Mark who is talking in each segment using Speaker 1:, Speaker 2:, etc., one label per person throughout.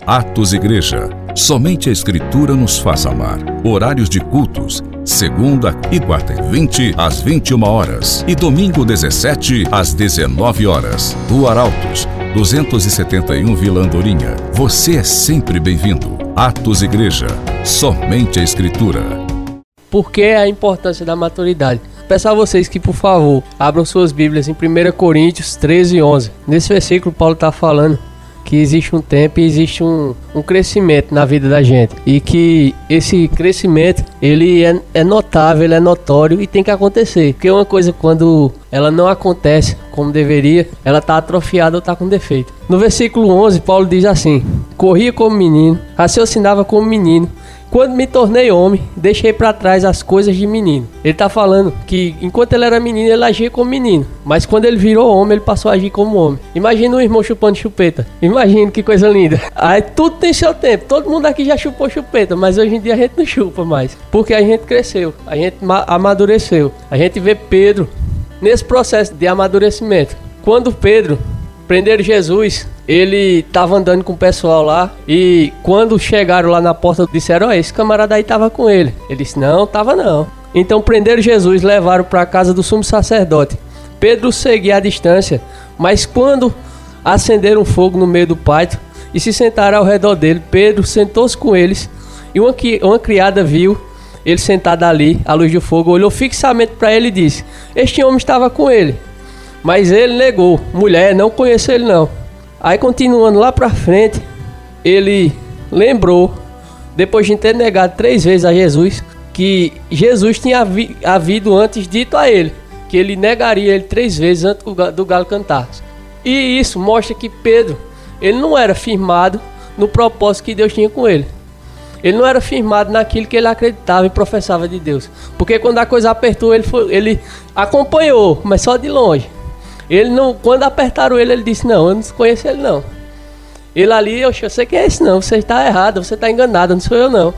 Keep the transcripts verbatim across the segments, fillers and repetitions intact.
Speaker 1: Atos Igreja. Somente a Escritura nos faz amar. Horários de cultos: segunda e quarta e vinte, às vinte e uma horas. E domingo dezessete, às dezenove horas. Rua Arautos, duzentos e setenta e um, Vila Andorinha. Você é sempre bem-vindo. Atos Igreja. Somente a Escritura.
Speaker 2: Por que a importância da maturidade? Peço a vocês que, por favor, abram suas Bíblias em primeira Coríntios treze, onze. Nesse versículo, Paulo está falando que existe um tempo e existe um, um crescimento na vida da gente. E que esse crescimento, ele é, é notável, ele é notório e tem que acontecer. Porque uma coisa, quando ela não acontece como deveria, ela está atrofiada ou está com defeito. No versículo onze, Paulo diz assim: corria como menino, raciocinava como menino. Quando me tornei homem, deixei para trás as coisas de menino. Ele está falando que enquanto ele era menino, ele agia como menino. Mas quando ele virou homem, ele passou a agir como homem. Imagina um irmão chupando chupeta. Imagina que coisa linda. Aí tudo tem seu tempo. Todo mundo aqui já chupou chupeta, mas hoje em dia a gente não chupa mais. Porque a gente cresceu, a gente amadureceu. A gente vê Pedro nesse processo de amadurecimento. Quando Pedro prenderam Jesus, ele estava andando com o pessoal lá, e quando chegaram lá na porta, disseram: ó, esse camarada aí estava com ele. Ele disse: não, estava não. Então prenderam Jesus, levaram para a casa do sumo sacerdote. Pedro seguia à distância, mas quando acenderam fogo no meio do pátio e se sentaram ao redor dele, Pedro sentou-se com eles, e uma, uma criada viu ele sentado ali à luz do fogo, olhou fixamente para ele e disse: este homem estava com ele. Mas ele negou: mulher, não conheço ele não. Aí, continuando lá pra frente, ele lembrou, depois de ter negado três vezes a Jesus, que Jesus tinha havi, havido antes dito a ele que ele negaria ele três vezes antes do galo cantar. E isso mostra que Pedro, ele não era firmado no propósito que Deus tinha com ele. Ele não era firmado naquilo que ele acreditava e professava de Deus. Porque quando a coisa apertou, ele, foi, ele acompanhou, mas só de longe. Ele não, quando apertaram ele, ele disse: não, eu não conheço ele não. Ele ali: eu sei que é esse não, você está errado, você está enganado, não sou eu não.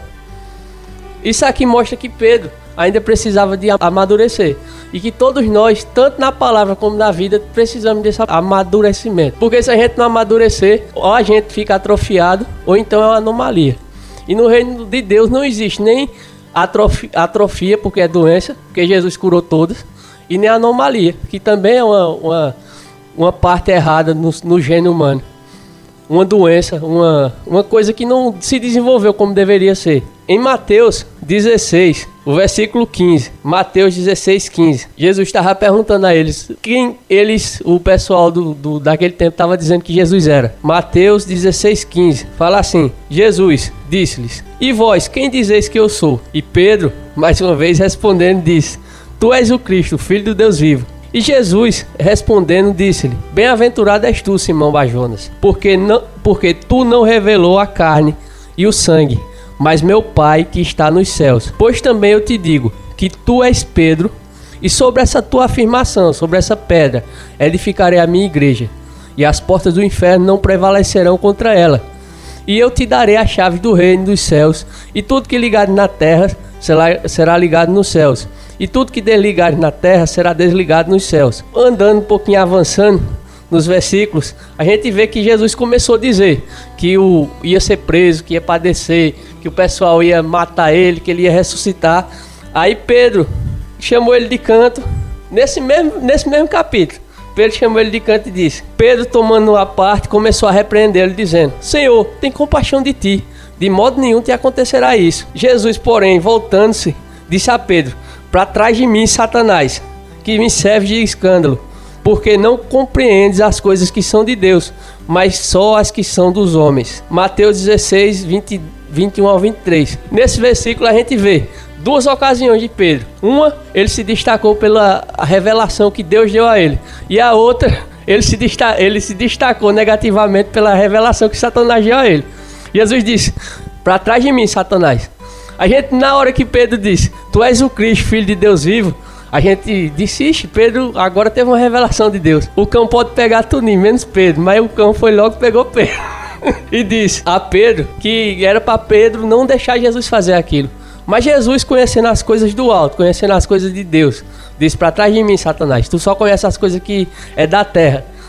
Speaker 2: Isso aqui mostra que Pedro ainda precisava de amadurecer. E que todos nós, tanto na palavra como na vida, precisamos desse amadurecimento. Porque se a gente não amadurecer, ou a gente fica atrofiado, ou então é uma anomalia. E no reino de Deus não existe nem atrofia, atrofia porque é doença, porque Jesus curou todas. E nem anomalia, que também é uma, uma, uma parte errada no, no gênero humano. Uma doença, uma, uma coisa que não se desenvolveu como deveria ser. Em Mateus dezesseis, o versículo quinze, Mateus dezesseis, quinze, Jesus estava perguntando a eles quem eles, o pessoal do, do, daquele tempo estava dizendo que Jesus era. Mateus dezesseis, quinze, fala assim: Jesus disse-lhes: e vós, quem dizeis que eu sou? E Pedro, mais uma vez respondendo, disse: tu és o Cristo, Filho do Deus vivo. E Jesus, respondendo, disse-lhe: bem-aventurado és tu, Simão Bar-Jonas, porque, não, porque tu não revelou a carne e o sangue, mas meu Pai que está nos céus. Pois também eu te digo que tu és Pedro, e sobre essa tua afirmação, sobre essa pedra, edificarei a minha igreja, e as portas do inferno não prevalecerão contra ela. E eu te darei a chave do reino dos céus, e tudo que ligado na terra será, será ligado nos céus, e tudo que desligar na terra será desligado nos céus. Andando um pouquinho, avançando nos versículos, a gente vê que Jesus começou a dizer que o, ia ser preso, que ia padecer, que o pessoal ia matar ele, que ele ia ressuscitar. Aí Pedro chamou ele de canto, nesse mesmo, nesse mesmo capítulo. Pedro chamou ele de canto e disse: Pedro, tomando a parte, começou a repreender ele, dizendo: Senhor, tem compaixão de ti, de modo nenhum te acontecerá isso. Jesus, porém, voltando-se, disse a Pedro: para trás de mim, Satanás, que me serve de escândalo, porque não compreendes as coisas que são de Deus, mas só as que são dos homens. Mateus dezesseis, vinte, vinte e um ao vinte e três. Nesse versículo a gente vê duas ocasiões de Pedro. Uma, ele se destacou pela revelação que Deus deu a ele. E a outra, ele se, desta- ele se destacou negativamente pela revelação que Satanás deu a ele. Jesus disse: para trás de mim, Satanás. A gente, na hora que Pedro disse: tu és o Cristo, Filho de Deus vivo, a gente disse: ixi, Pedro agora teve uma revelação de Deus. O cão pode pegar tudo, menos Pedro. Mas o cão foi logo e pegou Pedro. E disse a Pedro que era para Pedro não deixar Jesus fazer aquilo. Mas Jesus, conhecendo as coisas do alto, conhecendo as coisas de Deus, disse: para trás de mim, Satanás, tu só conhece as coisas que é da terra.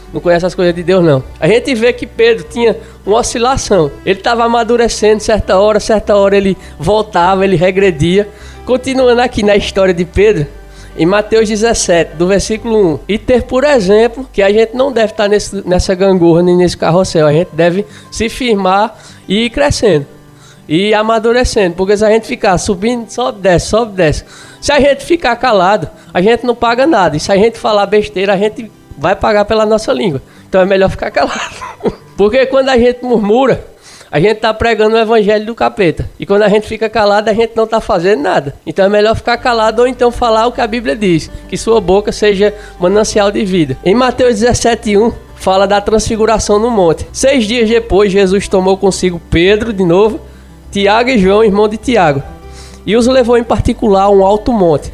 Speaker 2: não conhece as coisas de Deus não. A gente vê que Pedro tinha uma oscilação. Ele estava amadurecendo, certa hora, certa hora ele voltava, ele regredia. Continuando aqui na história de Pedro, em Mateus dezessete, do versículo um. E ter por exemplo que a gente não deve estar nesse, nessa gangorra nem nesse carrossel. A gente deve se firmar e ir crescendo. E amadurecendo. Porque se a gente ficar subindo, sobe, desce, sobe, desce. Se a gente ficar calado, a gente não paga nada. E se a gente falar besteira, a gente vai pagar pela nossa língua. Então é melhor ficar calado. Porque quando a gente murmura, a gente está pregando o evangelho do capeta. E quando a gente fica calado, a gente não está fazendo nada. Então é melhor ficar calado ou então falar o que a Bíblia diz. Que sua boca seja manancial de vida. Em Mateus dezessete, um, fala da transfiguração no monte. Seis dias depois, Jesus tomou consigo Pedro de novo, Tiago e João, irmão de Tiago. E os levou em particular a um alto monte.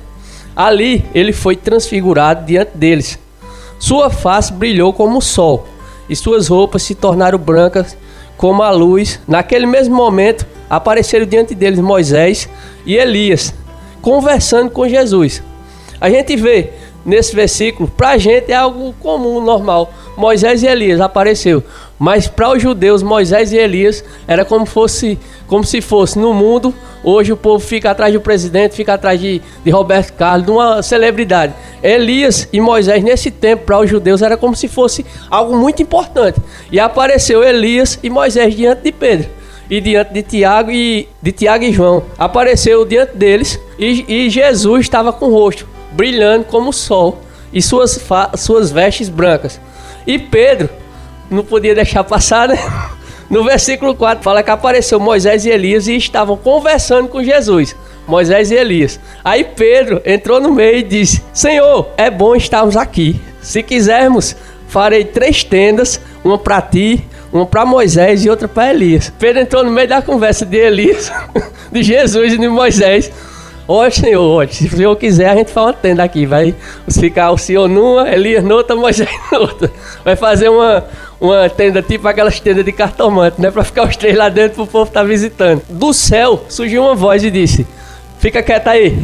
Speaker 2: Ali ele foi transfigurado diante deles. Sua face brilhou como o sol. E suas roupas se tornaram brancas como a luz. Naquele mesmo momento, apareceram diante deles Moisés e Elias, conversando com Jesus. A gente vê nesse versículo, para a gente é algo comum, normal. Moisés e Elias apareceu. Mas para os judeus, Moisés e Elias era como, fosse, como se fosse no mundo. Hoje o povo fica atrás do presidente, fica atrás de, de Roberto Carlos, de uma celebridade. Elias e Moisés, nesse tempo, para os judeus, era como se fosse algo muito importante. E apareceu Elias e Moisés diante de Pedro. E diante de Tiago e, de Tiago e João. Apareceu diante deles e, e Jesus estava com o rosto brilhando como o sol. E suas, fa, suas vestes brancas. E Pedro não podia deixar passar, né? No versículo quatro fala que apareceu Moisés e Elias e estavam conversando com Jesus. Moisés e Elias. Aí Pedro entrou no meio e disse: Senhor, é bom estarmos aqui. Se quisermos, farei três tendas, uma para ti, uma para Moisés e outra para Elias. Pedro entrou no meio da conversa de Elias, de Jesus e de Moisés. Ó Senhor, ó, se o Senhor quiser, a gente faz uma tenda aqui. Vai ficar o Senhor numa, Elias noutra, Moisés noutra. Vai fazer uma, uma tenda tipo aquelas tendas de cartomante, né? Para ficar os três lá dentro para o povo estar visitando. Do céu surgiu uma voz e disse: fica quieto aí.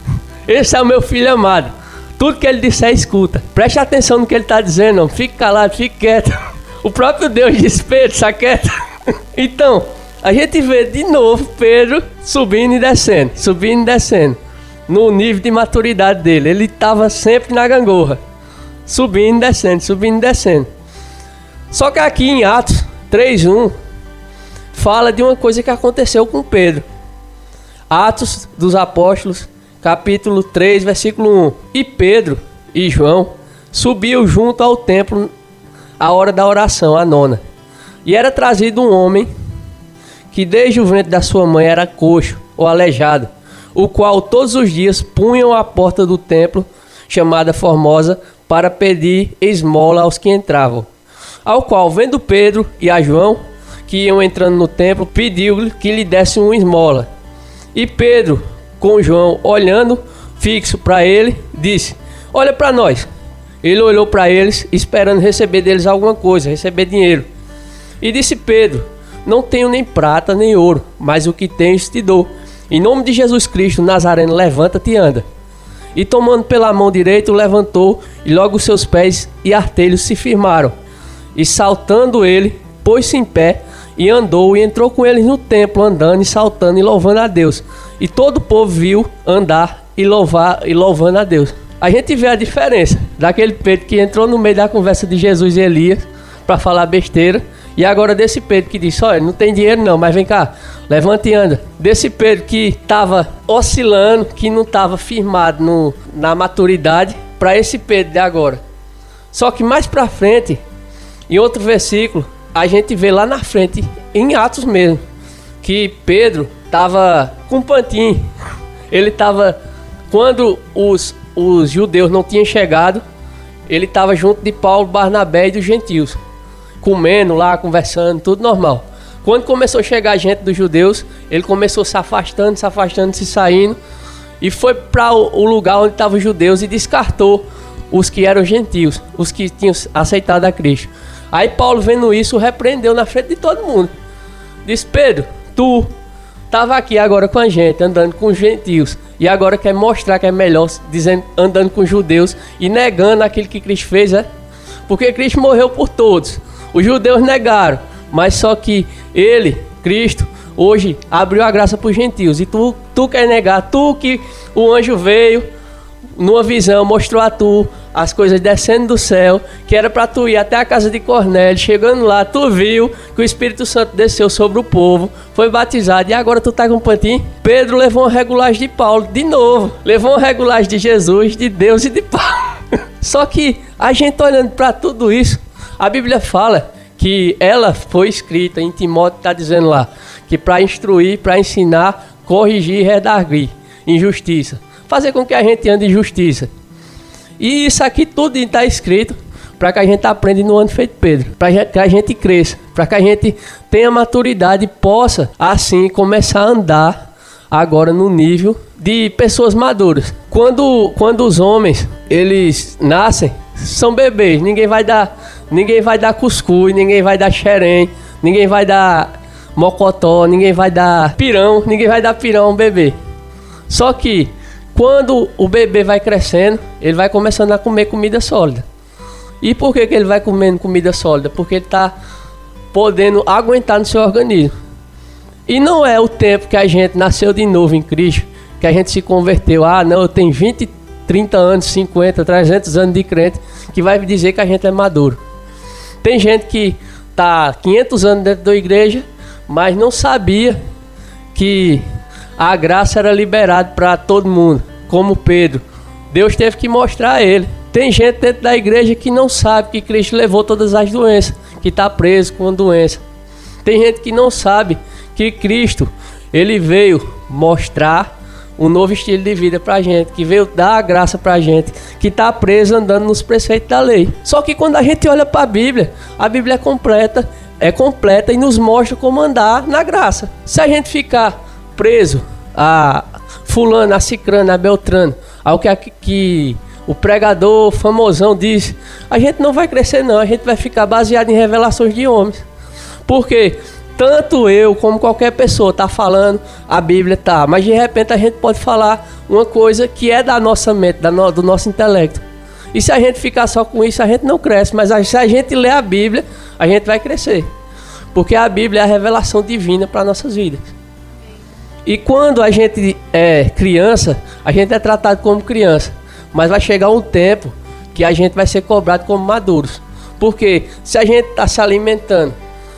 Speaker 2: Esse é o meu filho amado. Tudo que ele disser, escuta. Preste atenção no que ele está dizendo, não. Fique calado, fique quieto. O próprio Deus disse: Pedro, está quieto. Então, a gente vê de novo Pedro subindo e descendo, subindo e descendo, no nível de maturidade dele. Ele estava sempre na gangorra, subindo e descendo, subindo e descendo. Só que aqui em Atos três, um, fala de uma coisa que aconteceu com Pedro. Atos dos Apóstolos, capítulo três, versículo um. E Pedro e João subiam junto ao templo à hora da oração, a nona. E era trazido um homem que desde o ventre da sua mãe era coxo ou aleijado, o qual todos os dias punham à porta do templo, chamada Formosa, para pedir esmola aos que entravam. Ao qual, vendo Pedro e a João, que iam entrando no templo, pediu-lhe que lhe desse uma esmola. E Pedro, com João olhando fixo para ele, disse: olha para nós. Ele olhou para eles, esperando receber deles alguma coisa, receber dinheiro. E disse Pedro: não tenho nem prata nem ouro, mas o que tenho te dou. Em nome de Jesus Cristo Nazareno, levanta-te e anda. E tomando pela mão direita, o levantou, e logo os seus pés e artelhos se firmaram. E saltando ele, pôs-se em pé, e andou, e entrou com eles no templo, andando e saltando e louvando a Deus. E todo o povo viu andar e, louvar, e louvando a Deus. A gente vê a diferença daquele Pedro que entrou no meio da conversa de Jesus e Elias para falar besteira. E agora desse Pedro que disse: olha, não tem dinheiro não, mas vem cá, levanta e anda. Desse Pedro que estava oscilando, que não estava firmado no, na maturidade, para esse Pedro de agora. Só que mais para frente, em outro versículo, a gente vê lá na frente, em Atos mesmo, que Pedro estava com pantinho. Ele estava, quando os, os judeus não tinham chegado, ele estava junto de Paulo, Barnabé e dos gentios, comendo lá, conversando, tudo normal. Quando começou a chegar gente dos judeus, ele começou se afastando, se afastando, se saindo, e foi para o lugar onde estavam os judeus e descartou os que eram gentios, os que tinham aceitado a Cristo. Aí Paulo, vendo isso, repreendeu na frente de todo mundo. Disse: Pedro, tu estava aqui agora com a gente, andando com os gentios, e agora quer mostrar que é melhor, dizendo, andando com os judeus e negando aquilo que Cristo fez, é? Porque Cristo morreu por todos. Os judeus negaram, mas só que ele, Cristo, hoje abriu a graça para os gentios. E tu, tu quer negar, tu que o anjo veio numa visão, mostrou a tu as coisas descendo do céu, que era para tu ir até a casa de Cornélio. Chegando lá, tu viu que o Espírito Santo desceu sobre o povo, foi batizado, e agora tu tá com um pantinho? Pedro levou uma regulagem de Paulo, de novo. Levou uma regulagem de Jesus, de Deus e de Paulo. Só que a gente olhando para tudo isso, a Bíblia fala que ela foi escrita, em Timóteo está dizendo lá, que para instruir, para ensinar, corrigir e redarguir em justiça. Fazer com que a gente ande em justiça. E isso aqui tudo está escrito para que a gente aprenda no ano feito Pedro. Para que a gente cresça. Para que a gente tenha maturidade e possa, assim, começar a andar agora no nível de pessoas maduras. Quando, quando os homens, eles nascem, são bebês. Ninguém vai dar, ninguém vai dar cuscuz, ninguém vai dar xerém, ninguém vai dar mocotó, ninguém vai dar pirão, ninguém vai dar pirão a um bebê. Só que quando o bebê vai crescendo, ele vai começando a comer comida sólida. E por que que ele vai comendo comida sólida? Porque ele está podendo aguentar no seu organismo. E não é o tempo que a gente nasceu de novo em Cristo, que a gente se converteu. Ah, não, eu tenho vinte, trinta anos, cinquenta, trezentos anos de crente, que vai dizer que a gente é maduro. Tem gente que está quinhentos anos dentro da igreja, mas não sabia que a graça era liberada para todo mundo, como Pedro. Deus teve que mostrar a ele. Tem gente dentro da igreja que não sabe que Cristo levou todas as doenças, que está preso com a doença. Tem gente que não sabe que Cristo, ele veio mostrar um novo estilo de vida para a gente, que veio dar a graça para a gente, que está preso andando nos preceitos da lei. Só que quando a gente olha para a Bíblia, a Bíblia é completa, é completa e nos mostra como andar na graça. Se a gente ficar preso a fulano, a cicrano, a beltrano, ao que, que o pregador famosão diz, a gente não vai crescer não, a gente vai ficar baseado em revelações de homens. Porque tanto eu como qualquer pessoa está falando, a Bíblia está, mas de repente a gente pode falar uma coisa que é da nossa mente, da no, do nosso intelecto. E se a gente ficar só com isso, a gente não cresce, mas se a gente ler a Bíblia, a gente vai crescer. Porque a Bíblia é a revelação divina para nossas vidas. E quando a gente é criança, a gente é tratado como criança. Mas vai chegar um tempo que a gente vai ser cobrado como maduros. Porque se a gente está se alimentando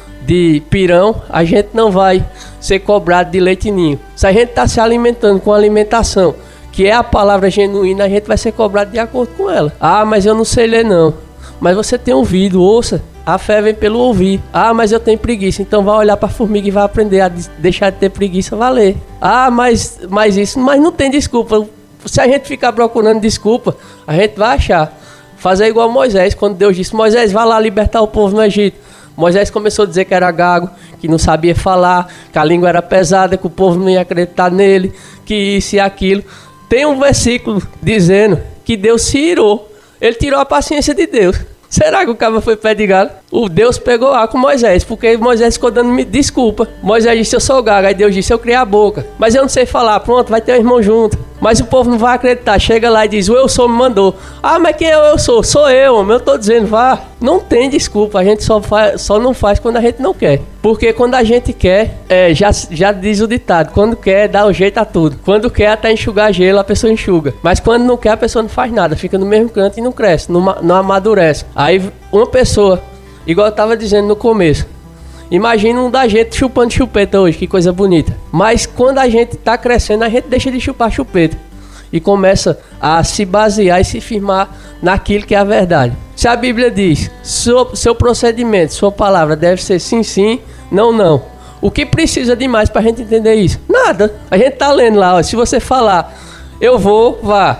Speaker 2: de pirão, a gente não vai ser cobrado de leite ninho. Se a gente está se alimentando com alimentação, que é a palavra genuína, a gente vai ser cobrado de acordo com ela. Ah, mas eu não sei ler não. Mas você tem ouvido, ouça. A fé vem pelo ouvir. Ah, mas eu tenho preguiça. Então vai olhar para a formiga e vai aprender a deixar de ter preguiça, valer. Ah, mas, mas isso, mas não tem desculpa. Se a gente ficar procurando desculpa, a gente vai achar. Fazer igual Moisés, quando Deus disse, Moisés, vai lá libertar o povo no Egito. Moisés começou a dizer que era gago, que não sabia falar, que a língua era pesada, que o povo não ia acreditar nele, que isso e aquilo. Tem um versículo dizendo que Deus se irou. Ele tirou a paciência de Deus. Será que o cara foi pé de galo? O Deus pegou lá com Moisés, porque Moisés ficou dando desculpa. Moisés disse, eu sou gago. Aí Deus disse, eu criei a boca. Mas eu não sei falar. Pronto, vai ter um irmão junto. Mas o povo não vai acreditar. Chega lá e diz, o eu sou me mandou. Ah, mas quem é o eu sou? Sou eu, homem. Eu tô dizendo, vá. Não tem desculpa. A gente só, faz, só não faz quando a gente não quer. Porque quando a gente quer, é, já, já diz o ditado, quando quer, dá um jeito a tudo. Quando quer, até enxugar gelo, a pessoa enxuga. Mas quando não quer, a pessoa não faz nada. Fica no mesmo canto e não cresce, não, não amadurece. Aí uma pessoa, igual eu tava dizendo no começo, imagina um da gente chupando chupeta hoje, que coisa bonita. Mas quando a gente tá crescendo, a gente deixa de chupar chupeta e começa a se basear e se firmar naquilo que é a verdade. Se a Bíblia diz, seu, seu procedimento, sua palavra deve ser sim, sim, não, não. O que precisa de mais pra gente entender isso? Nada. A gente tá lendo lá, ó, se você falar, eu vou, vá.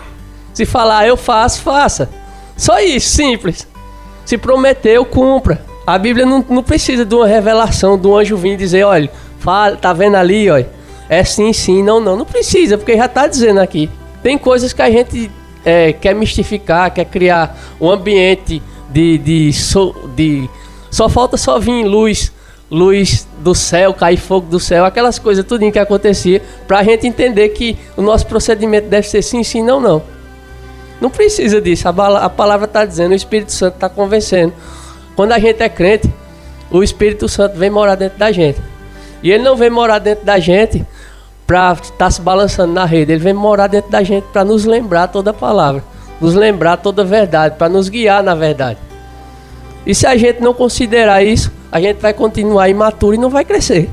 Speaker 2: Se falar, eu faço, faça. Só isso, simples. Se prometeu, cumpra. A Bíblia não, não precisa de uma revelação, de um anjo vir dizer, olha, fala, tá vendo ali, olha, é sim, sim, não, não. Não precisa, porque já tá dizendo aqui. Tem coisas que a gente é, quer mistificar, quer criar um ambiente de, de, so, de... Só falta só vir luz, luz do céu, cair fogo do céu, aquelas coisas, tudinho que acontecia, pra gente entender que o nosso procedimento deve ser sim, sim, não, não. Não precisa disso, a, bala, a palavra está dizendo, o Espírito Santo está convencendo. Quando a gente é crente, o Espírito Santo vem morar dentro da gente. E ele não vem morar dentro da gente para estar se balançando na rede. Ele vem morar dentro da gente para nos lembrar toda a palavra, nos lembrar toda a verdade, para nos guiar na verdade. E se a gente não considerar isso, a gente vai continuar imaturo e não vai crescer.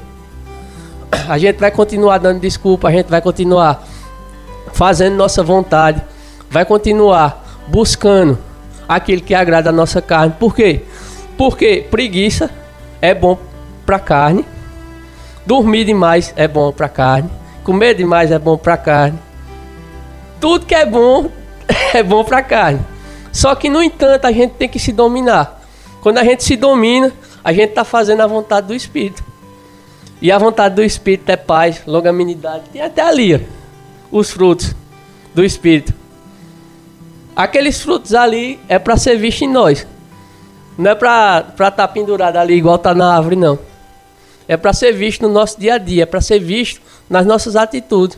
Speaker 2: A gente vai continuar dando desculpa, a gente vai continuar fazendo nossa vontade, vai continuar buscando aquilo que agrada a nossa carne. Por quê? Porque preguiça é bom para a carne, dormir demais é bom para a carne, comer demais é bom para a carne. Tudo que é bom é bom para a carne. Só que, no entanto, a gente tem que se dominar. Quando a gente se domina, a gente está fazendo a vontade do Espírito. E a vontade do Espírito é paz, longanimidade. Tem até ali, ó, os frutos do Espírito. Aqueles frutos ali é para ser visto em nós. Não é para estar tá pendurado ali igual está na árvore, não. É para ser visto no nosso dia a dia, é para ser visto nas nossas atitudes.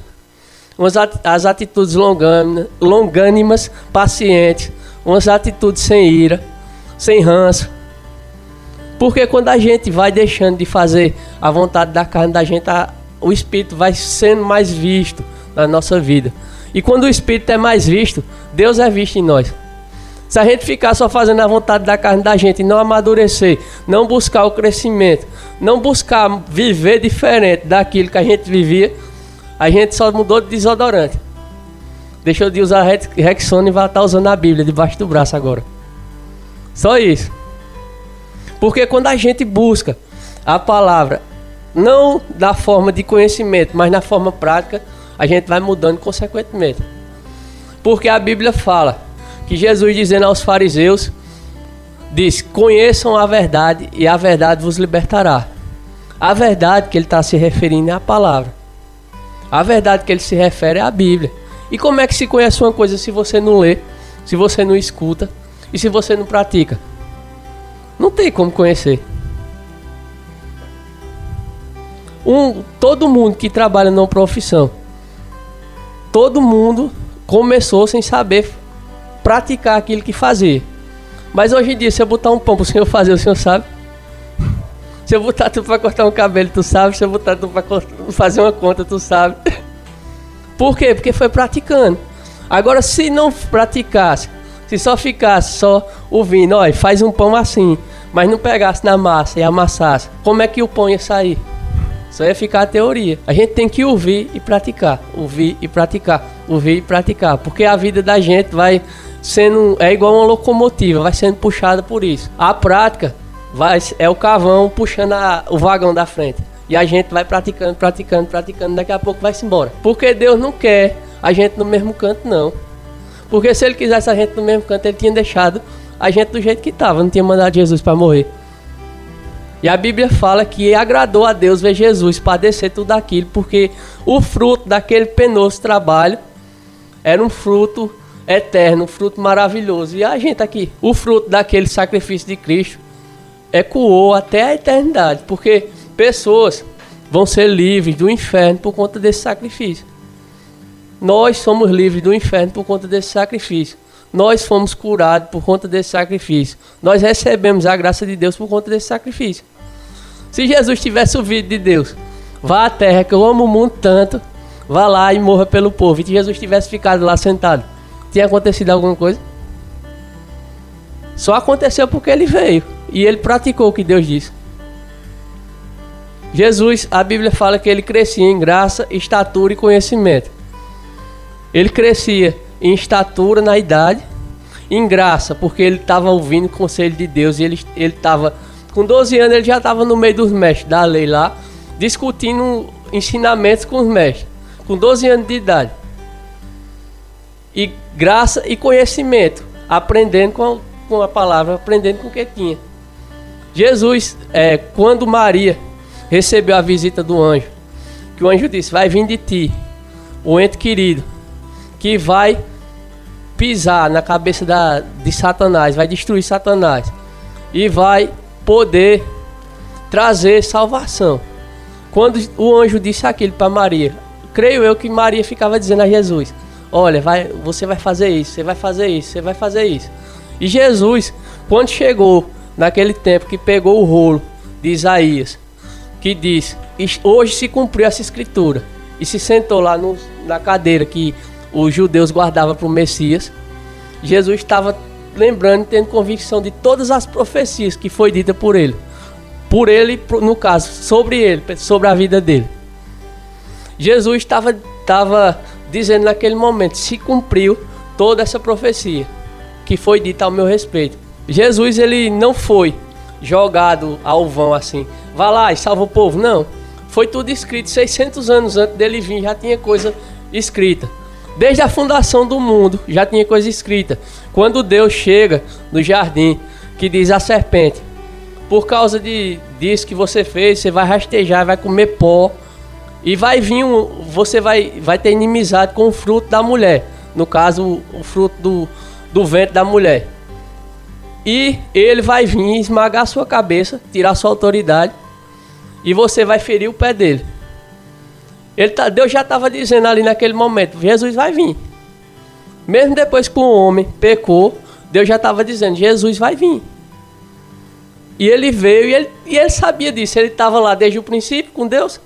Speaker 2: As atitudes longânimas, longânimas, pacientes, umas atitudes sem ira, sem ranço. Porque quando a gente vai deixando de fazer a vontade da carne da gente, a, o Espírito vai sendo mais visto na nossa vida. E quando o Espírito é mais visto, Deus é visto em nós. Se a gente ficar só fazendo a vontade da carne da gente e não amadurecer, não buscar o crescimento, não buscar viver diferente daquilo que a gente vivia, a gente só mudou de desodorante. Deixou de usar Rexona e vai estar usando a Bíblia debaixo do braço agora. Só isso. Porque quando a gente busca a palavra, não da forma de conhecimento, mas na forma prática, a gente vai mudando consequentemente. Porque a Bíblia fala que Jesus, dizendo aos fariseus, diz: conheçam a verdade e a verdade vos libertará. A verdade que ele está se referindo é a palavra. A verdade que ele se refere é a Bíblia. E como é que se conhece uma coisa se você não lê, se você não escuta e se você não pratica? Não tem como conhecer. Um, todo mundo que trabalha numa profissão, todo mundo começou sem saber praticar aquilo que fazia. Mas hoje em dia, se eu botar um pão para o senhor fazer, o senhor sabe? Se eu botar tu para cortar um cabelo, tu sabe? Se eu botar tu para fazer uma conta, tu sabe? Por quê? Porque foi praticando. Agora, se não praticasse, se só ficasse só ouvindo, olha, faz um pão assim, mas não pegasse na massa e amassasse, como é que o pão ia sair? Só ia ficar a teoria. A gente tem que ouvir e praticar, ouvir e praticar, ouvir e praticar, porque a vida da gente vai sendo, é igual uma locomotiva, vai sendo puxada por isso. A prática vai, é o cavão puxando a, o vagão da frente. E a gente vai praticando, praticando, praticando, daqui a pouco vai-se embora. Porque Deus não quer a gente no mesmo canto, não. Porque se Ele quisesse a gente no mesmo canto, Ele tinha deixado a gente do jeito que estava, não tinha mandado Jesus para morrer. E a Bíblia fala que agradou a Deus ver Jesus padecer tudo aquilo, porque o fruto daquele penoso trabalho era um fruto eterno, um fruto maravilhoso. E a gente aqui, o fruto daquele sacrifício de Cristo ecoou até a eternidade, porque pessoas vão ser livres do inferno por conta desse sacrifício. Nós somos livres do inferno por conta desse sacrifício. Nós fomos curados por conta desse sacrifício. Nós recebemos a graça de Deus por conta desse sacrifício. Se Jesus tivesse ouvido de Deus, vá à terra que eu amo o mundo tanto, vá lá e morra pelo povo, e se Jesus tivesse ficado lá sentado, tinha acontecido alguma coisa? Só aconteceu porque ele veio e ele praticou o que Deus disse. Jesus, a Bíblia fala que ele crescia em graça, estatura e conhecimento. Ele crescia em estatura na idade, em graça, porque ele estava ouvindo o conselho de Deus. E ele estava, com doze anos, ele já estava no meio dos mestres da lei lá, discutindo ensinamentos com os mestres, com doze anos de idade. E graça e conhecimento, aprendendo com, com a palavra, aprendendo com o que tinha. Jesus, é, quando Maria recebeu a visita do anjo, que o anjo disse: vai vir de ti o ente querido, que vai pisar na cabeça da, de Satanás, vai destruir Satanás e vai poder trazer salvação. Quando o anjo disse aquilo para Maria, creio eu que Maria ficava dizendo a Jesus: olha, vai, você vai fazer isso, você vai fazer isso, você vai fazer isso. E Jesus, quando chegou naquele tempo que pegou o rolo de Isaías, que diz, hoje se cumpriu essa escritura, e se sentou lá no, na cadeira que os judeus guardavam para o Messias, Jesus estava lembrando e tendo convicção de todas as profecias que foi dita por ele. Por ele, no caso, sobre ele, sobre a vida dele. Jesus estava, estava dizendo naquele momento, se cumpriu toda essa profecia que foi dita ao meu respeito. Jesus, ele não foi jogado ao vão assim, vá lá e salva o povo, não. Foi tudo escrito, seiscentos anos antes dele vir já tinha coisa escrita. Desde a fundação do mundo já tinha coisa escrita. Quando Deus chega no jardim, que diz a serpente, por causa de, disso que você fez, você vai rastejar, vai comer pó, e vai vir, um, você vai, vai ter inimizade com o fruto da mulher, no caso o, o fruto do, do ventre da mulher. E ele vai vir esmagar a sua cabeça, tirar a sua autoridade, e você vai ferir o pé dele. Ele tá, Deus já estava dizendo ali naquele momento, Jesus vai vir. Mesmo depois que o homem pecou, Deus já estava dizendo, Jesus vai vir. E ele veio e ele, e ele sabia disso, ele estava lá desde o princípio com Deus.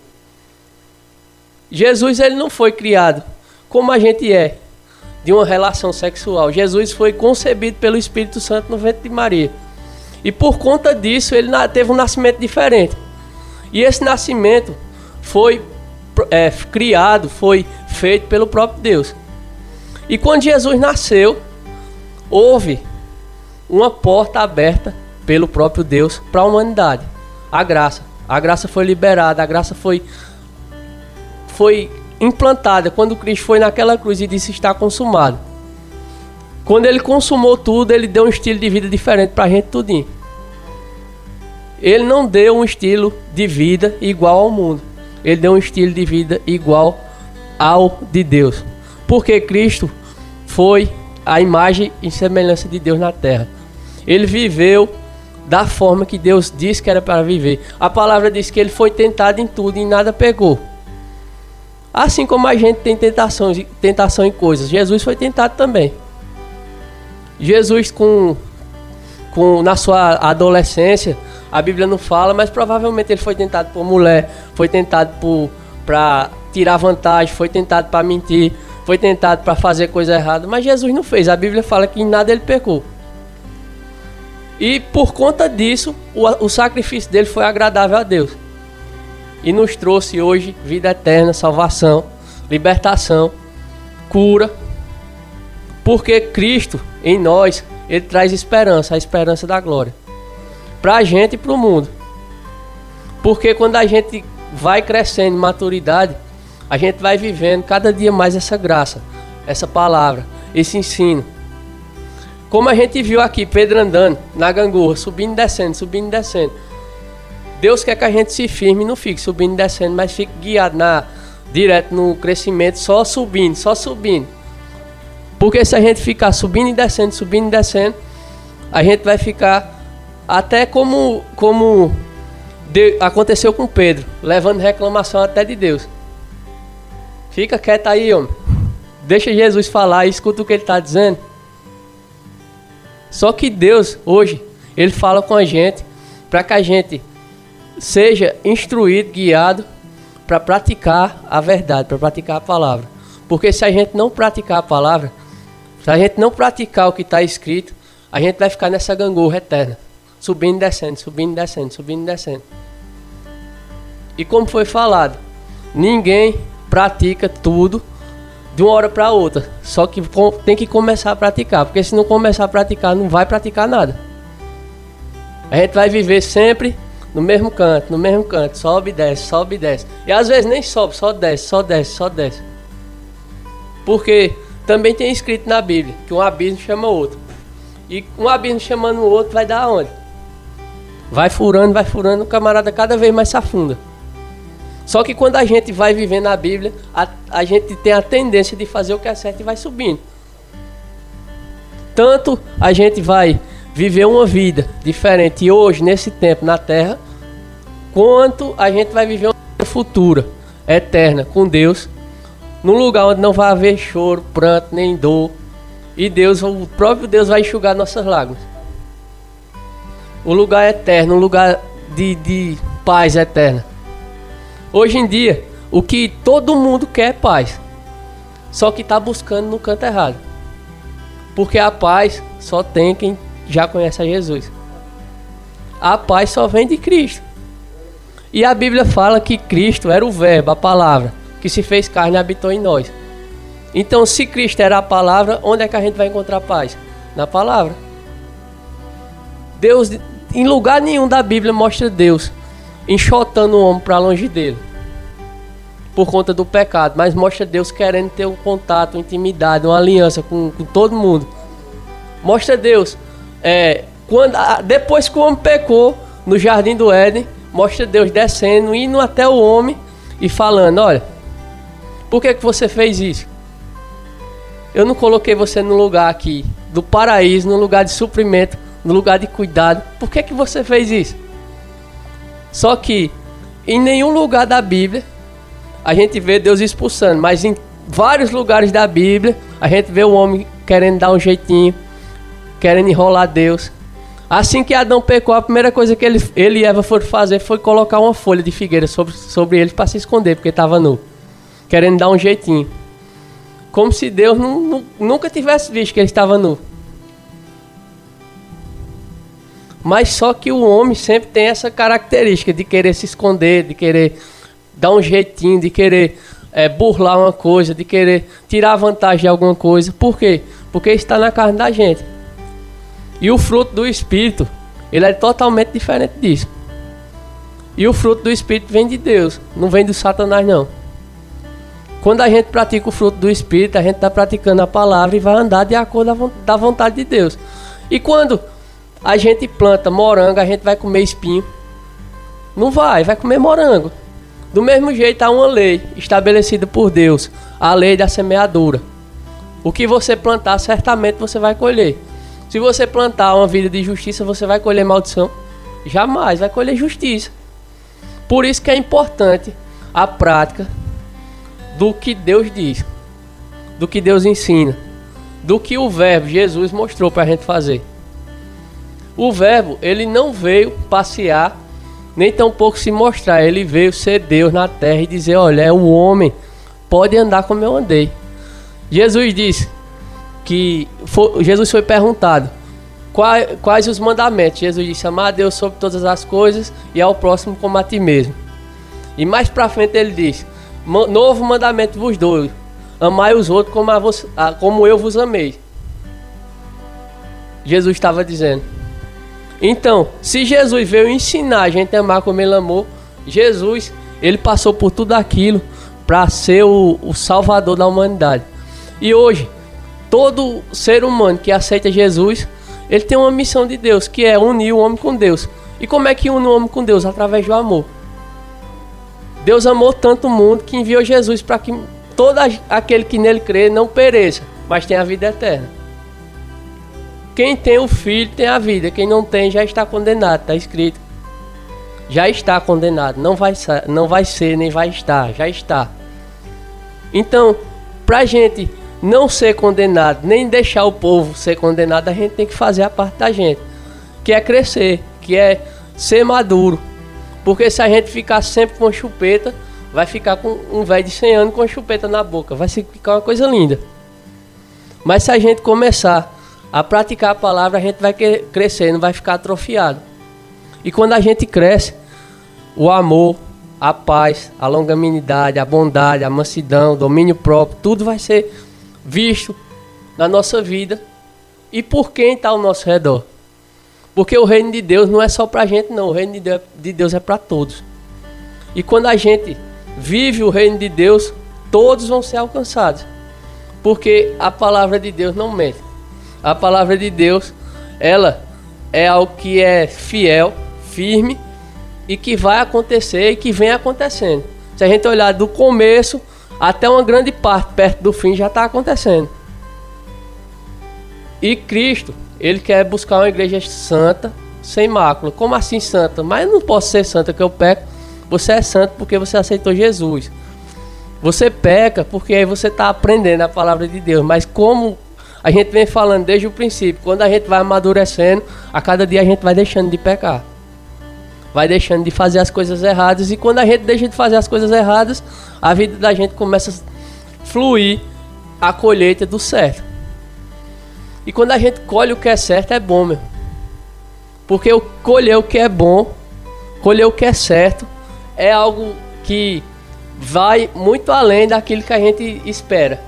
Speaker 2: Jesus, ele não foi criado como a gente é, de uma relação sexual. Jesus foi concebido pelo Espírito Santo no ventre de Maria. E por conta disso, ele teve um nascimento diferente. E esse nascimento foi é, criado, foi feito pelo próprio Deus. E quando Jesus nasceu, houve uma porta aberta pelo próprio Deus para a humanidade. A graça. A graça foi liberada, a graça foi, foi implantada quando Cristo foi naquela cruz e disse está consumado. Quando ele consumou tudo, ele deu um estilo de vida diferente para a gente tudinho. Ele não deu um estilo de vida igual ao mundo. Ele deu um estilo de vida igual ao de Deus. Porque Cristo foi a imagem e semelhança de Deus na terra. Ele viveu da forma que Deus disse que era para viver. A palavra diz que ele foi tentado em tudo e em nada pecou. Assim como a gente tem tentação, tentação em coisas, Jesus foi tentado também. Jesus, com, com, na sua adolescência, a Bíblia não fala, mas provavelmente ele foi tentado por mulher, foi tentado para tirar vantagem, foi tentado para mentir, foi tentado para fazer coisa errada, mas Jesus não fez. A Bíblia fala que em nada ele pecou. E por conta disso, o, o sacrifício dele foi agradável a Deus. E nos trouxe hoje vida eterna, salvação, libertação, cura. Porque Cristo em nós, ele traz esperança, a esperança da glória. Para a gente e para o mundo. Porque quando a gente vai crescendo em maturidade, a gente vai vivendo cada dia mais essa graça, essa palavra, esse ensino. Como a gente viu aqui, Pedro andando na gangorra, subindo e descendo, subindo e descendo. Deus quer que a gente se firme e não fique subindo e descendo, mas fique guiado na, direto no crescimento, só subindo, só subindo. Porque se a gente ficar subindo e descendo, subindo e descendo, a gente vai ficar até como, como de, aconteceu com Pedro, levando reclamação até de Deus. Fica quieto aí, homem. Deixa Jesus falar e escuta o que ele está dizendo. Só que Deus, hoje, ele fala com a gente para que a gente seja instruído, guiado para praticar a verdade, para praticar a palavra. Porque se a gente não praticar a palavra, se a gente não praticar o que está escrito, a gente vai ficar nessa gangorra eterna, subindo e descendo, subindo e descendo, subindo e descendo. E como foi falado, ninguém pratica tudo de uma hora para outra, só que tem que começar a praticar, porque se não começar a praticar, não vai praticar nada. A gente vai viver sempre no mesmo canto, no mesmo canto, sobe e desce, sobe e desce. E às vezes nem sobe, só desce, só desce, só desce. Porque também tem escrito na Bíblia que um abismo chama outro. E um abismo chamando o outro vai dar onde? Vai furando, vai furando, o camarada cada vez mais se afunda. Só que quando a gente vai vivendo a Bíblia, a, a gente tem a tendência de fazer o que é certo e vai subindo. Tanto a gente vai viver uma vida diferente hoje, nesse tempo, na Terra, quanto a gente vai viver uma vida futura, eterna, com Deus, num lugar onde não vai haver choro, pranto, nem dor. E Deus, o próprio Deus vai enxugar nossas lágrimas. Um lugar eterno, um lugar de, de paz eterna. Hoje em dia, o que todo mundo quer é paz. Só que está buscando no canto errado. Porque a paz só tem quem já conhece a Jesus. A paz só vem de Cristo. E a Bíblia fala que Cristo era o verbo, a palavra, que se fez carne e habitou em nós. Então, se Cristo era a palavra, onde é que a gente vai encontrar paz? Na palavra. Deus, em lugar nenhum da Bíblia mostra Deus enxotando o homem para longe dele por conta do pecado, mas mostra Deus querendo ter um contato, uma intimidade, uma aliança com, com todo mundo. Mostra Deus é, quando, depois que o homem pecou no jardim do Éden, mostra Deus descendo, indo até o homem e falando: olha, por que que você fez isso? Eu não coloquei você no lugar aqui do paraíso, no lugar de suprimento, no lugar de cuidado. Por que que você fez isso? Só que em nenhum lugar da Bíblia a gente vê Deus expulsando, mas em vários lugares da Bíblia a gente vê o homem querendo dar um jeitinho, querendo enrolar Deus. Assim que Adão pecou, a primeira coisa que ele, ele e Eva foram fazer foi colocar uma folha de figueira sobre, sobre eles para se esconder, porque estava nu, querendo dar um jeitinho, como se Deus não, não, nunca tivesse visto que ele estava nu. Mas só que o homem sempre tem essa característica de querer se esconder, de querer dar um jeitinho, de querer é, burlar uma coisa, de querer tirar vantagem de alguma coisa. Por quê? Porque está na carne da gente. E o fruto do Espírito, ele é totalmente diferente disso. E o fruto do Espírito vem de Deus, não vem do Satanás não. Quando a gente pratica o fruto do Espírito, a gente está praticando a palavra e vai andar de acordo da vontade de Deus. E quando a gente planta morango, a gente vai comer espinho? Não vai, vai comer morango. Do mesmo jeito, há uma lei estabelecida por Deus, a lei da semeadura. O que você plantar, certamente você vai colher. Se você plantar uma vida de justiça, você vai colher maldição? Jamais, vai colher justiça. Por isso que é importante a prática do que Deus diz, do que Deus ensina, do que o verbo Jesus mostrou para a gente fazer. O verbo, ele não veio passear, nem tampouco se mostrar. Ele veio ser Deus na terra e dizer: olha, é o homem, pode andar como eu andei. Jesus disse que foi, Jesus foi perguntado quais, quais os mandamentos. Jesus disse: amar a Deus sobre todas as coisas e ao próximo como a ti mesmo. E mais para frente ele disse: novo mandamento vos dou, amai os outros como, a vos, a, como eu vos amei. Jesus estava dizendo. Então, se Jesus veio ensinar a gente a amar como ele amou, Jesus, ele passou por tudo aquilo para ser o, o salvador da humanidade. E hoje, todo ser humano que aceita Jesus, ele tem uma missão de Deus, que é unir o homem com Deus. E como é que une o homem com Deus? Através do amor. Deus amou tanto o mundo que enviou Jesus para que todo aquele que nele crê não pereça, mas tenha a vida eterna. Quem tem o Filho tem a vida, quem não tem já está condenado, está escrito. Já está condenado, não vai, não vai ser, nem vai estar, já está. Então, para a gente não ser condenado, nem deixar o povo ser condenado, a gente tem que fazer a parte da gente, que é crescer, que é ser maduro. Porque se a gente ficar sempre com chupeta, vai ficar com um velho de cem anos com a chupeta na boca, vai ficar uma coisa linda. Mas se a gente começar a praticar a palavra, a gente vai crescer, não vai ficar atrofiado. E quando a gente cresce, o amor, a paz, a longanimidade, a bondade, a mansidão, o domínio próprio, tudo vai ser visto na nossa vida e por quem está ao nosso redor. Porque o reino de Deus não é só para a gente não, o reino de Deus, de Deus é para todos. E quando a gente vive o reino de Deus, todos vão ser alcançados. Porque a palavra de Deus não mente. A palavra de Deus, ela é algo que é fiel, firme e que vai acontecer e que vem acontecendo. Se a gente olhar do começo até uma grande parte perto do fim, já está acontecendo. E Cristo, ele quer buscar uma igreja santa, sem mácula. Como assim santa? Mas eu não posso ser santa que eu peco. Você é santo porque você aceitou Jesus. Você peca porque aí você está aprendendo a palavra de Deus. Mas como a gente vem falando desde o princípio, quando a gente vai amadurecendo, a cada dia a gente vai deixando de pecar. Vai deixando de fazer as coisas erradas. E quando a gente deixa de fazer as coisas erradas, a vida da gente começa a fluir a colheita do certo. E quando a gente colhe o que é certo, é bom, meu. Porque eu colher o que é bom, colher o que é certo, é algo que vai muito além daquilo que a gente espera.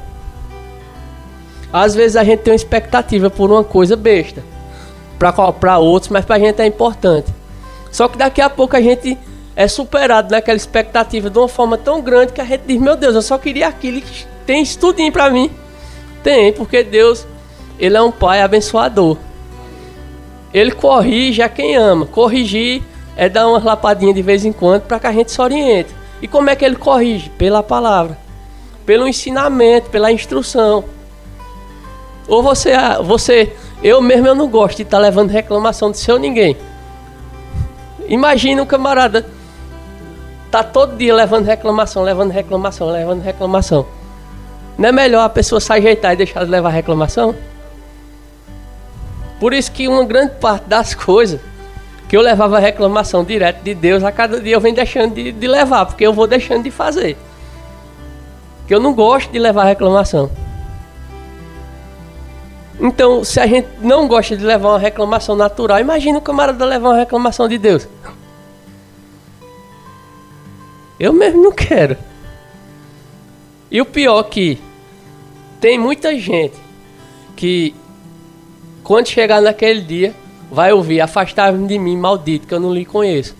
Speaker 2: Às vezes a gente tem uma expectativa por uma coisa besta, para outros, mas para a gente é importante. Só que daqui a pouco a gente é superado naquela expectativa de uma forma tão grande que a gente diz, meu Deus, eu só queria aquilo que tem isso tudinho para mim. Tem, porque Deus, Ele é um Pai abençoador. Ele corrige a quem ama. Corrigir é dar uma lapadinha de vez em quando para que a gente se oriente. E como é que Ele corrige? Pela palavra, pelo ensinamento, pela instrução. Ou você, você eu mesmo eu não gosto de estar levando reclamação de seu ninguém. Imagina um camarada tá todo dia levando reclamação, levando reclamação, levando reclamação. Não é melhor a pessoa se ajeitar e deixar de levar reclamação? Por isso que uma grande parte das coisas que eu levava reclamação direto de Deus, a cada dia eu venho deixando de, de levar, porque eu vou deixando de fazer. Porque eu não gosto de levar reclamação. Então, se a gente não gosta de levar uma reclamação natural, imagina o camarada levar uma reclamação de Deus. Eu mesmo não quero. E o pior é que tem muita gente que, quando chegar naquele dia, vai ouvir, afastar-me de mim, maldito, que eu não lhe conheço.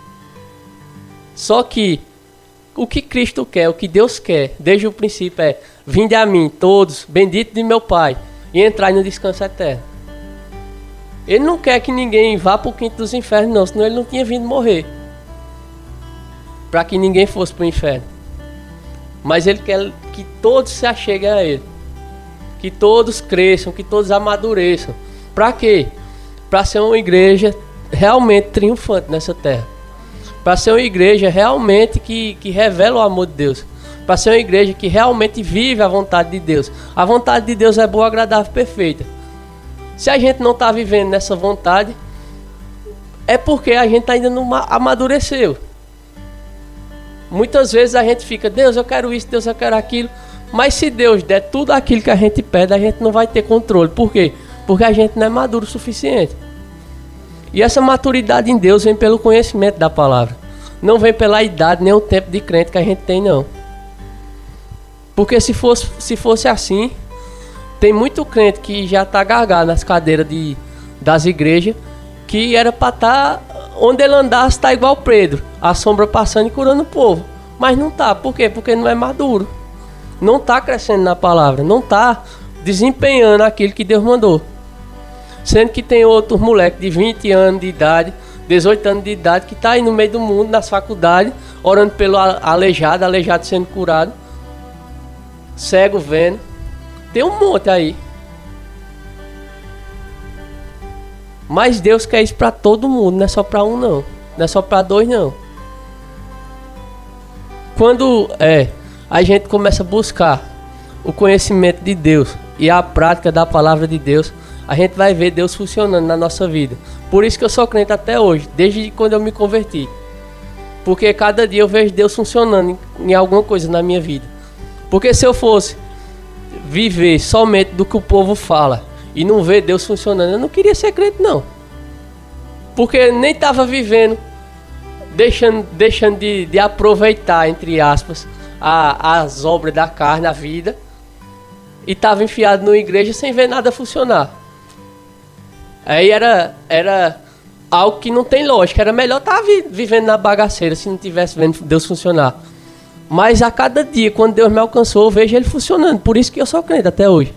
Speaker 2: Só que o que Cristo quer, o que Deus quer, desde o princípio é: vinde a mim, todos, benditos de meu Pai, e entrai no descanso eterno. Ele não quer que ninguém vá para o quinto dos infernos, não, senão ele não tinha vindo morrer, para que ninguém fosse para o inferno. Mas ele quer que todos se acheguem a ele, que todos cresçam, que todos amadureçam. Para quê? Para ser uma igreja realmente triunfante nessa terra. Para ser uma igreja realmente que, que revela o amor de Deus. Para ser uma igreja que realmente vive a vontade de Deus. A vontade de Deus é boa, agradável e perfeita. Se a gente não está vivendo nessa vontade, é porque a gente ainda não amadureceu. Muitas vezes a gente fica: Deus, eu quero isso, Deus, eu quero aquilo. Mas se Deus der tudo aquilo que a gente pede, a gente não vai ter controle. Por quê? Porque a gente não é maduro o suficiente. E essa maturidade em Deus vem pelo conhecimento da palavra. Não vem pela idade nem o tempo de crente que a gente tem, não. Porque se fosse, se fosse assim, tem muito crente que já está gargado nas cadeiras de, das igrejas, que era para estar, tá, onde ele andasse, está igual Pedro, a sombra passando e curando o povo. Mas não está. Por quê? Porque não é maduro. Não está crescendo na palavra. Não está desempenhando aquilo que Deus mandou. Sendo que tem outros moleques de vinte anos de idade, dezoito anos de idade, que está aí no meio do mundo, nas faculdades, orando pelo aleijado, aleijado sendo curado, cego vendo. Tem um monte aí. Mas Deus quer isso para todo mundo, não é só para um não. Não é só para dois não. Quando é, a gente começa a buscar o conhecimento de Deus e a prática da palavra de Deus, a gente vai ver Deus funcionando na nossa vida. Por isso que eu sou crente até hoje, desde quando eu me converti. Porque cada dia eu vejo Deus funcionando em, em alguma coisa na minha vida. Porque se eu fosse viver somente do que o povo fala e não ver Deus funcionando, eu não queria ser crente não. Porque nem estava vivendo, deixando, deixando de, de aproveitar, entre aspas, a, as obras da carne, a vida, e estava enfiado numa igreja sem ver nada funcionar. Aí era, era algo que não tem lógica. Era melhor estar vi, vivendo na bagaceira se não tivesse vendo Deus funcionar. Mas a cada dia, quando Deus me alcançou, eu vejo Ele funcionando. Por isso que eu sou crente até hoje.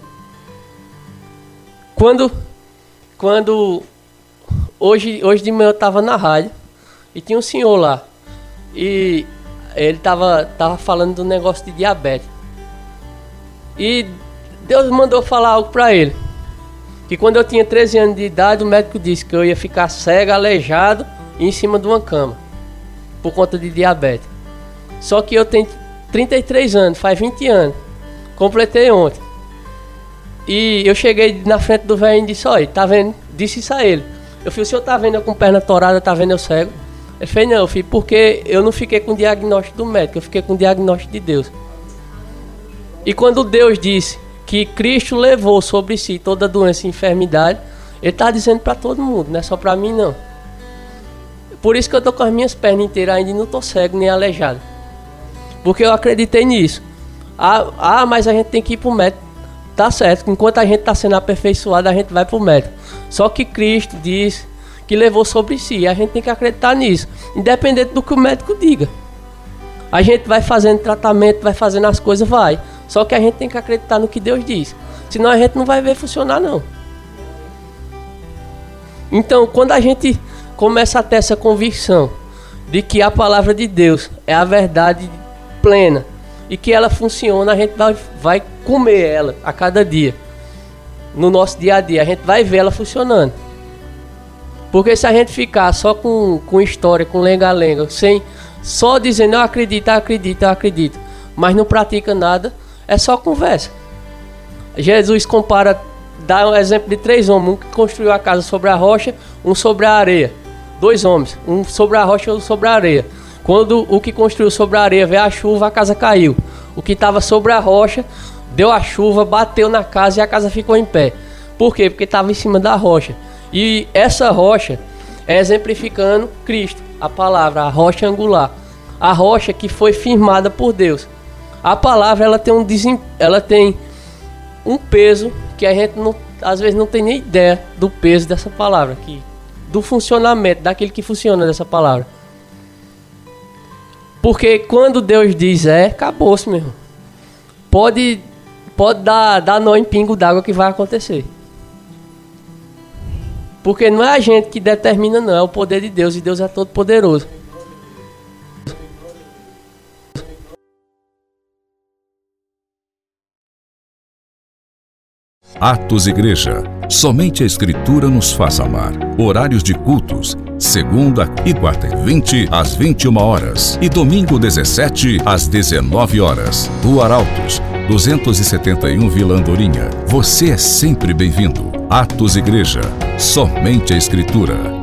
Speaker 2: Quando, quando hoje, hoje de manhã eu estava na rádio e tinha um senhor lá. E ele estava tava falando do negócio de diabetes. E Deus mandou falar algo para ele. Que quando eu tinha treze anos de idade, o médico disse que eu ia ficar cego, aleijado e em cima de uma cama. Por conta de diabetes. Só que eu tenho trinta e três anos, faz vinte anos. Completei ontem. E eu cheguei na frente do velho e disse, olha, tá vendo? Disse isso a ele. Eu falei, o senhor tá vendo eu com perna torada, tá vendo eu cego? Ele fez, não, filho, porque eu não fiquei com o diagnóstico do médico, eu fiquei com o diagnóstico de Deus. E quando Deus disse que Cristo levou sobre si toda doença e enfermidade, Ele tá dizendo para todo mundo, não é só para mim não. Por isso que eu tô com as minhas pernas inteiras ainda e não tô cego nem aleijado. Porque eu acreditei nisso. Ah, ah, mas a gente tem que ir pro médico. Tá certo, enquanto a gente tá sendo aperfeiçoado, a gente vai pro médico. Só que Cristo diz que levou sobre si, e a gente tem que acreditar nisso, independente do que o médico diga. A gente vai fazendo tratamento, vai fazendo as coisas, vai. Só que a gente tem que acreditar no que Deus diz. Senão a gente não vai ver funcionar, não. Então, quando a gente começa a ter essa convicção de que a palavra de Deus é a verdade plena e que ela funciona, a gente vai, vai comer ela a cada dia. No nosso dia a dia, a gente vai ver ela funcionando. Porque se a gente ficar só com, com história, com lenga-lenga, sem só dizendo eu acredito, eu acredito, eu acredito, mas não pratica nada, é só conversa. Jesus compara, dá um exemplo de três homens, um que construiu a casa sobre a rocha, um sobre a areia. Dois homens, um sobre a rocha e outro sobre a areia. Quando o que construiu sobre a areia veio a chuva, a casa caiu. O que estava sobre a rocha, deu a chuva, bateu na casa e a casa ficou em pé. Por quê? Porque estava em cima da rocha. E essa rocha é exemplificando Cristo, a palavra, a rocha angular. A rocha que foi firmada por Deus. A palavra, ela tem um, desem... ela tem um peso que a gente não, às vezes não tem nem ideia do peso dessa palavra, que, do funcionamento, daquilo que funciona dessa palavra. Porque quando Deus diz é, acabou-se, meu irmão. Pode, pode dar, dar nó em pingo d'água que vai acontecer. Porque não é a gente que determina, não, é o poder de Deus, e Deus é todo poderoso.
Speaker 1: Atos Igreja. Somente a Escritura nos faz amar. Horários de cultos: segunda e quarta e vinte às vinte e uma horas e domingo dezessete às dezenove horas. Rua Arautos, duzentos e setenta e um, Vila Andorinha. Você é sempre bem-vindo. Atos Igreja. Somente a Escritura.